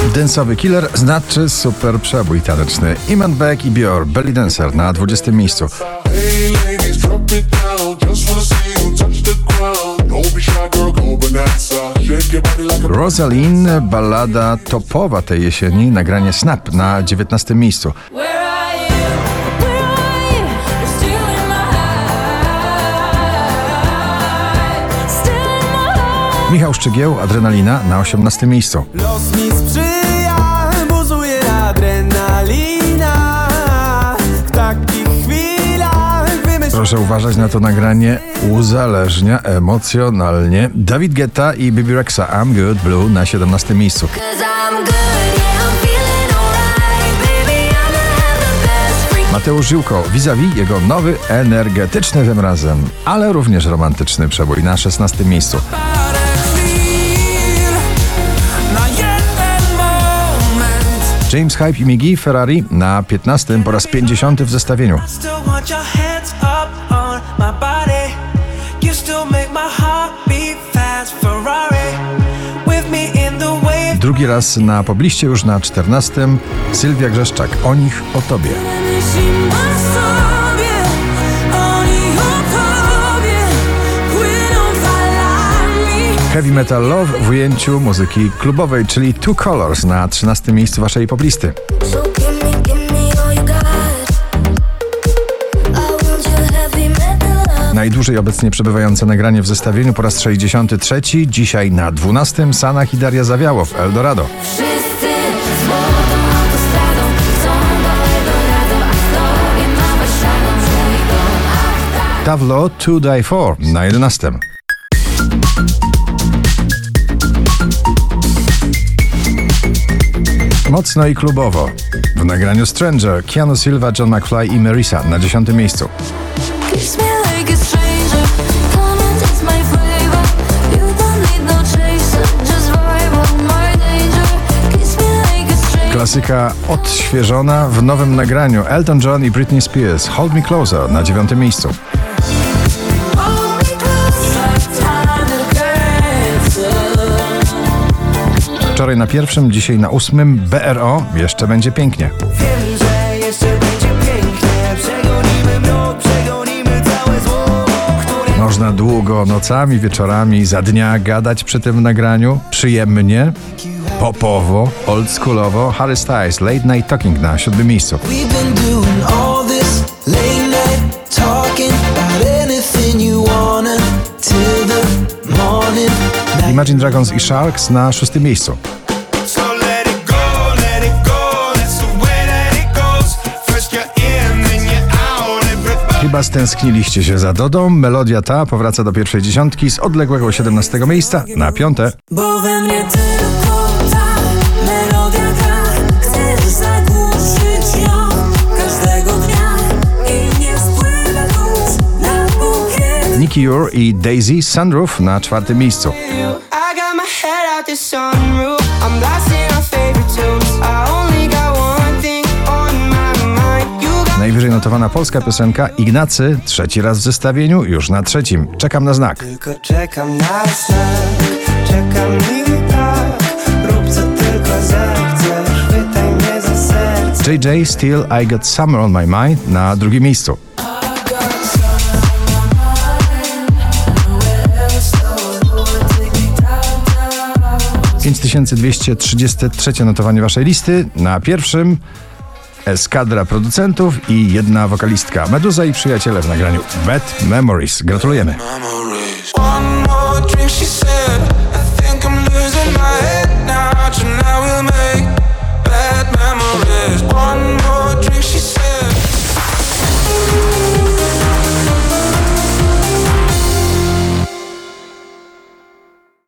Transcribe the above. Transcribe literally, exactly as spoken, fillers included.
Dęsowy killer znaczy super przebój taneczny. Iman Beck i Bior, Belly Dancer na dwudziestym miejscu. Rosalind, ballada topowa tej jesieni, nagranie Snap na dziewiętnastym miejscu. Michał Szczygieł, Adrenalina na osiemnastym miejscu. Los mi sprzyja, buzuje adrenalina. W takich chwilach wymyśl... Proszę uważać na to nagranie, uzależnia emocjonalnie. David Guetta i Bebe Rexha, I'm Good Blue na siedemnastym miejscu. Mateusz Ziółko, Vis-a-vis, jego nowy, energetyczny tym razem, ale również romantyczny przebój na szesnastym miejscu. James Hype i Miggy, Ferrari na piętnastym, po raz pięćdziesiąty w zestawieniu. Drugi raz na pobliście, już na czternastym, Sylwia Grzeszczak, O nich, o tobie. Heavy Metal Love w ujęciu muzyki klubowej, czyli Two Colors na trzynastym miejscu waszej poplisty. Najdłużej obecnie przebywające nagranie w zestawieniu po raz sześćdziesiąty trzeci, dzisiaj na dwunastym, Sanach i Daria Zawiałow, Eldorado. Tavlo, To Die For na jedenastym. Mocno i klubowo. W nagraniu Stranger, Keanu Silva, John McFly i Marisa na dziesiątym miejscu. Klasyka odświeżona w nowym nagraniu, Elton John i Britney Spears, Hold Me Closer na dziewiątym miejscu. Wczoraj na pierwszym, dzisiaj na ósmym, B R O, Jeszcze będzie pięknie. Wiem, że jeszcze będzie pięknie. Przegonimy mrok, przegonimy całe zło, które... Można długo, nocami, wieczorami, za dnia gadać przy tym nagraniu. Przyjemnie, popowo, oldschoolowo. Harry Styles, Late Night Talking na siódmym miejscu. We've been doing all this late night talking about anything you wanna till the morning. Imagine Dragons i Sharks na szóstym miejscu. Chyba stęskniliście się za Dodą. Melodia ta powraca do pierwszej dziesiątki z odległego siedemnastego miejsca na piąte. Bo we mnie tylko ta melodia gra. Chcesz zagłuszyć ją każdego dnia i nie wpływa już na bukiet. Nicky Ure i Daisy, Sunroof na czwartym miejscu. I got my head out the sunroof. I'm blasting our favorite tunes. I only got one thing on my mind. You got... Najwyżej notowana polska piosenka Ignacy, trzeci raz w zestawieniu, już na trzecim. Czekam na znak. Tylko czekam na znak. Czekam i tak. Rób co tylko zechcesz. Chwytaj mnie za serce. J J, Still I Got Summer on My Mind na drugim miejscu. pięć tysięcy dwieście trzydzieści trzy notowanie waszej listy. Na pierwszym eskadra producentów i jedna wokalistka. Meduza i Przyjaciele w nagraniu Bad Memories. Gratulujemy. One more drink, she said.